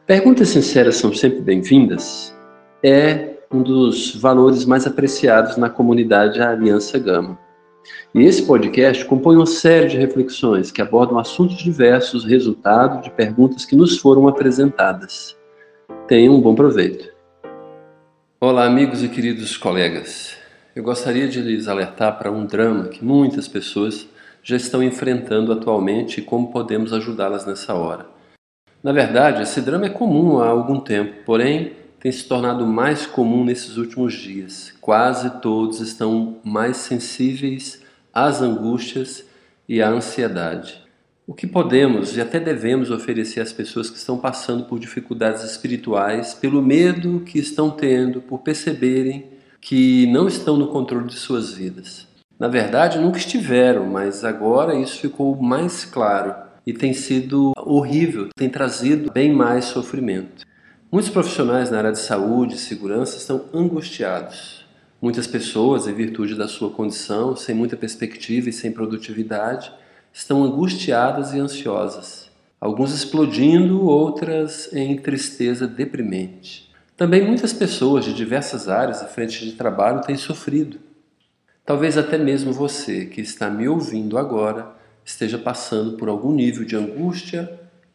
Perguntas sinceras são sempre bem-vindas é um dos valores mais apreciados na comunidade Aliança Gama. E esse podcast compõe uma série de reflexões que abordam assuntos diversos, resultado de perguntas que nos foram apresentadas. Tenham um bom proveito. Olá, amigos e queridos colegas. Eu gostaria de lhes alertar para um drama que muitas pessoas já estão enfrentando atualmente e como podemos ajudá-las nessa hora. Na verdade, esse drama é comum há algum tempo, porém tem se tornado mais comum nesses últimos dias. Quase todos estão mais sensíveis às angústias e à ansiedade. O que podemos e até devemos oferecer às pessoas que estão passando por dificuldades espirituais, pelo medo que estão tendo, por perceberem que não estão no controle de suas vidas? Na verdade, nunca estiveram, mas agora isso ficou mais claro. E tem sido horrível, tem trazido bem mais sofrimento. Muitos profissionais na área de saúde e segurança estão angustiados. Muitas pessoas, em virtude da sua condição, sem muita perspectiva e sem produtividade, estão angustiadas e ansiosas. Alguns explodindo, outras em tristeza deprimente. Também muitas pessoas de diversas áreas e frentes de trabalho têm sofrido. Talvez até mesmo você, que está me ouvindo agora, esteja passando por algum nível de angústia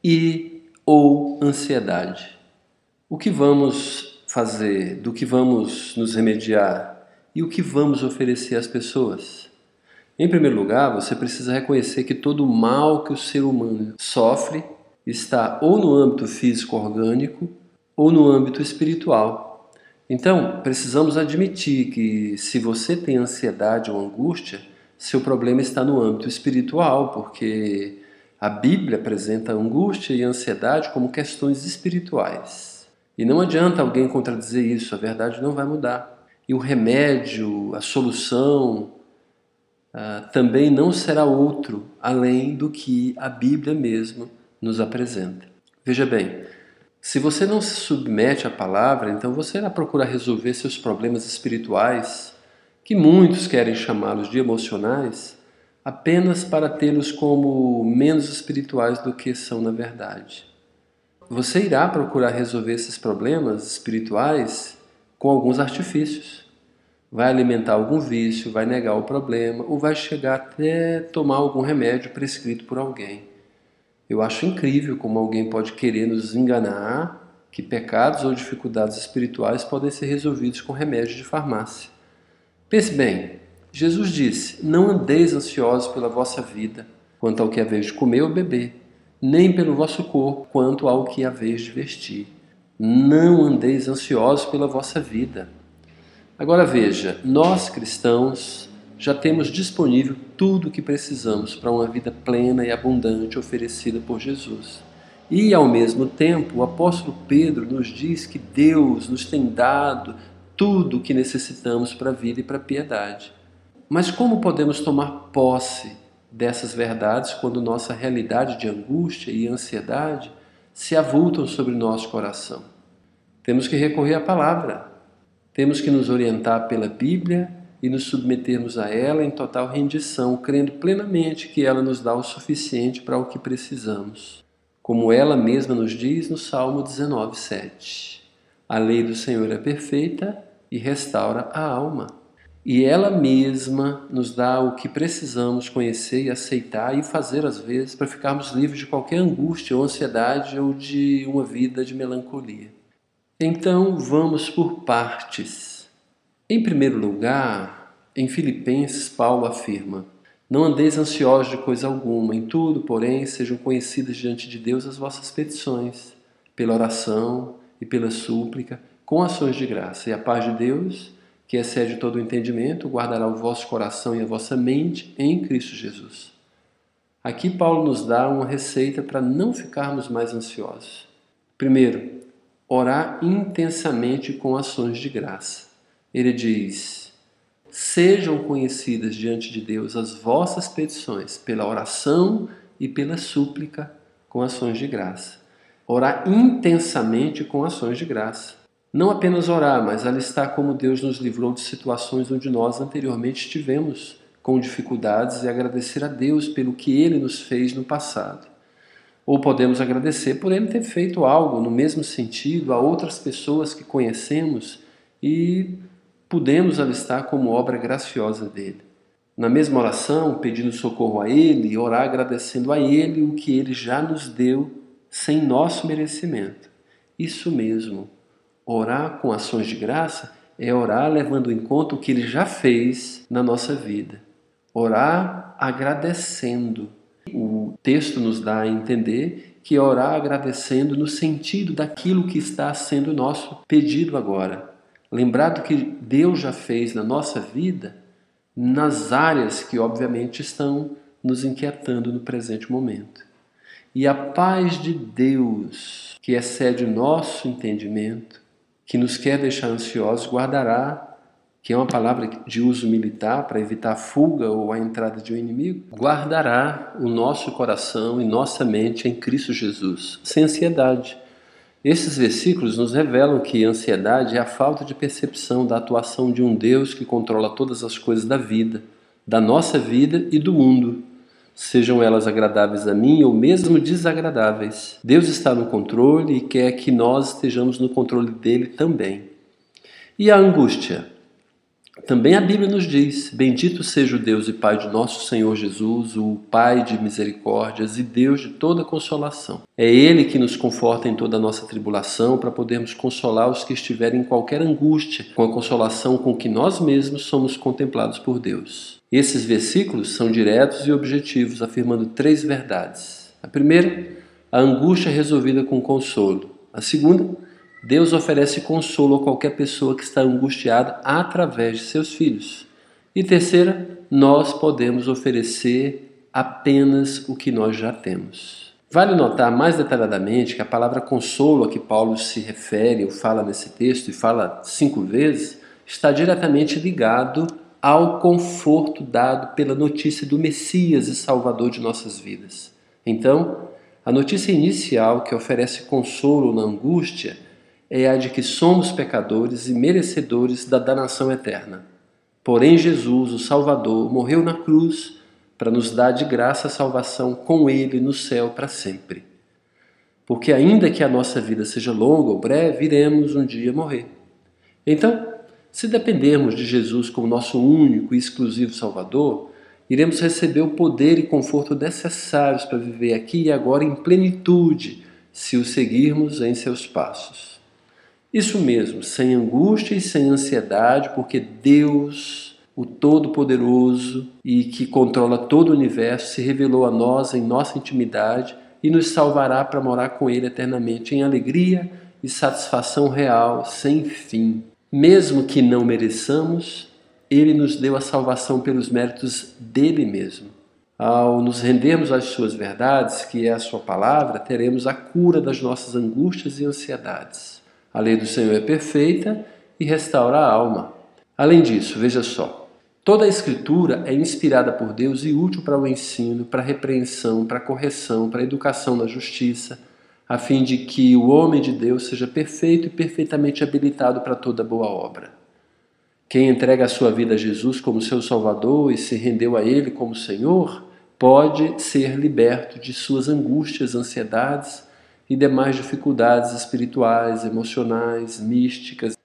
ou ansiedade. O que vamos fazer? Do que vamos nos remediar? E o que vamos oferecer às pessoas? Em primeiro lugar, você precisa reconhecer que todo o mal que o ser humano sofre está ou no âmbito físico-orgânico ou no âmbito espiritual. Então, precisamos admitir que se você tem ansiedade ou angústia, seu problema está no âmbito espiritual, porque a Bíblia apresenta angústia e ansiedade como questões espirituais. E não adianta alguém contradizer isso, a verdade não vai mudar. E o remédio, a solução, também não será outro, além do que a Bíblia mesmo nos apresenta. Veja bem, se você não se submete à palavra, então você irá procurar resolver seus problemas espirituais, que muitos querem chamá-los de emocionais, apenas para tê-los como menos espirituais do que são na verdade. Você irá procurar resolver esses problemas espirituais com alguns artifícios. Vai alimentar algum vício, vai negar o problema ou vai chegar até tomar algum remédio prescrito por alguém. Eu acho incrível como alguém pode querer nos enganar que pecados ou dificuldades espirituais podem ser resolvidos com remédio de farmácia. Pense bem, Jesus disse, não andeis ansiosos pela vossa vida, quanto ao que haveis de comer ou beber, nem pelo vosso corpo, quanto ao que haveis de vestir. Não andeis ansiosos pela vossa vida. Agora veja, nós cristãos já temos disponível tudo o que precisamos para uma vida plena e abundante oferecida por Jesus. E, ao mesmo tempo, o apóstolo Pedro nos diz que Deus nos tem dado tudo o que necessitamos para a vida e para a piedade. Mas como podemos tomar posse dessas verdades quando nossa realidade de angústia e ansiedade se avultam sobre nosso coração? Temos que recorrer à palavra. Temos que nos orientar pela Bíblia e nos submetermos a ela em total rendição, crendo plenamente que ela nos dá o suficiente para o que precisamos. Como ela mesma nos diz no Salmo 19:7. A lei do Senhor é perfeita e restaura a alma. E ela mesma nos dá o que precisamos conhecer e aceitar e fazer às vezes para ficarmos livres de qualquer angústia ou ansiedade ou de uma vida de melancolia. Então vamos por partes. Em primeiro lugar, em Filipenses, Paulo afirma: não andeis ansiosos de coisa alguma, em tudo, porém, sejam conhecidas diante de Deus as vossas petições, pela oração e pela súplica, com ações de graça. E a paz de Deus, que excede todo o entendimento, guardará o vosso coração e a vossa mente em Cristo Jesus. Aqui Paulo nos dá uma receita para não ficarmos mais ansiosos. Primeiro, orar intensamente com ações de graça. Ele diz: sejam conhecidas diante de Deus as vossas petições pela oração e pela súplica com ações de graça. Orar intensamente com ações de graça. Não apenas orar, mas alistar como Deus nos livrou de situações onde nós anteriormente estivemos com dificuldades e agradecer a Deus pelo que Ele nos fez no passado. Ou podemos agradecer por ele ter feito algo no mesmo sentido a outras pessoas que conhecemos e pudemos alistar como obra graciosa dele. Na mesma oração, pedindo socorro a ele e orar agradecendo a ele o que ele já nos deu sem nosso merecimento. Isso mesmo, orar com ações de graça é orar levando em conta o que ele já fez na nossa vida. Orar agradecendo. O texto nos dá a entender que orar agradecendo no sentido daquilo que está sendo nosso pedido agora. Lembrar do que Deus já fez na nossa vida, nas áreas que obviamente estão nos inquietando no presente momento. E a paz de Deus, que excede o nosso entendimento, que nos quer deixar ansiosos, guardará, que é uma palavra de uso militar para evitar a fuga ou a entrada de um inimigo, guardará o nosso coração e nossa mente em Cristo Jesus, sem ansiedade. Esses versículos nos revelam que a ansiedade é a falta de percepção da atuação de um Deus que controla todas as coisas da vida, da nossa vida e do mundo, sejam elas agradáveis a mim ou mesmo desagradáveis. Deus está no controle e quer que nós estejamos no controle dele também. E a angústia? Também a Bíblia nos diz: bendito seja o Deus e Pai de nosso Senhor Jesus, o Pai de misericórdias e Deus de toda consolação. É Ele que nos conforta em toda a nossa tribulação para podermos consolar os que estiverem em qualquer angústia, com a consolação com que nós mesmos somos contemplados por Deus. Esses versículos são diretos e objetivos, afirmando 3 verdades. A primeira, a angústia é resolvida com consolo. A segunda, Deus oferece consolo a qualquer pessoa que está angustiada através de seus filhos. E terceira, nós podemos oferecer apenas o que nós já temos. Vale notar mais detalhadamente que a palavra consolo a que Paulo se refere ou fala nesse texto, e fala 5 vezes, está diretamente ligado ao conforto dado pela notícia do Messias e Salvador de nossas vidas. Então, a notícia inicial que oferece consolo na angústia é a de que somos pecadores e merecedores da danação eterna. Porém, Jesus, o Salvador, morreu na cruz para nos dar de graça a salvação com Ele no céu para sempre. Porque ainda que a nossa vida seja longa ou breve, iremos um dia morrer. Então, se dependermos de Jesus como nosso único e exclusivo Salvador, iremos receber o poder e conforto necessários para viver aqui e agora em plenitude, se o seguirmos em seus passos. Isso mesmo, sem angústia e sem ansiedade, porque Deus, o Todo-Poderoso e que controla todo o universo, se revelou a nós em nossa intimidade e nos salvará para morar com Ele eternamente em alegria e satisfação real, sem fim. Mesmo que não mereçamos, Ele nos deu a salvação pelos méritos dele mesmo. Ao nos rendermos às suas verdades, que é a sua palavra, teremos a cura das nossas angústias e ansiedades. A lei do Senhor é perfeita e restaura a alma. Além disso, veja só, toda a Escritura é inspirada por Deus e útil para o ensino, para a repreensão, para a correção, para a educação na justiça, a fim de que o homem de Deus seja perfeito e perfeitamente habilitado para toda boa obra. Quem entrega a sua vida a Jesus como seu Salvador e se rendeu a Ele como Senhor, pode ser liberto de suas angústias, ansiedades e demais dificuldades espirituais, emocionais, místicas.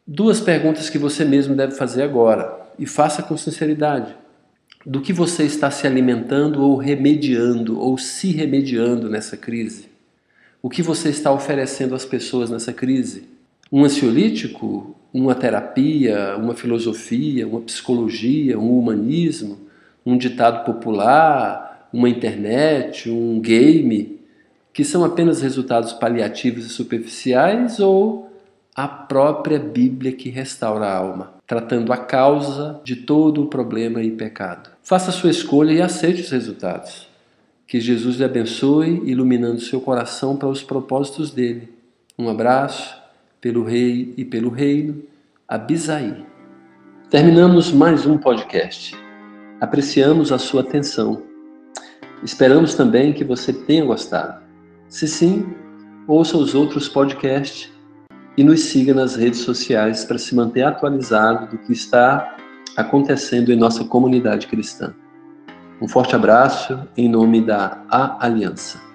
2 perguntas que você mesmo deve fazer agora, e faça com sinceridade. Do que você está se alimentando ou remediando, ou se remediando nessa crise? O que você está oferecendo às pessoas nessa crise? Um ansiolítico? Uma terapia? Uma filosofia? Uma psicologia? Um humanismo? Um ditado popular? Uma internet? Um game? Que são apenas resultados paliativos e superficiais? Ou a própria Bíblia que restaura a alma, tratando a causa de todo o problema e pecado? Faça a sua escolha e aceite os resultados. Que Jesus lhe abençoe, iluminando seu coração para os propósitos dele. Um abraço, pelo Rei e pelo Reino, Abisaí. Terminamos mais um podcast. Apreciamos a sua atenção. Esperamos também que você tenha gostado. Se sim, ouça os outros podcasts e nos siga nas redes sociais para se manter atualizado do que está acontecendo em nossa comunidade cristã. Um forte abraço em nome da A Aliança.